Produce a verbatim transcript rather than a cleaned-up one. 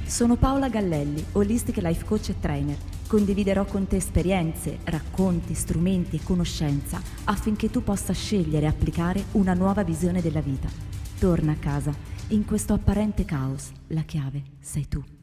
Sono Paola Gallelli, Holistic Life Coach e Trainer. Condividerò con te esperienze, racconti, strumenti e conoscenza affinché tu possa scegliere e applicare una nuova visione della vita. Torna a casa. In questo apparente caos, la chiave sei tu.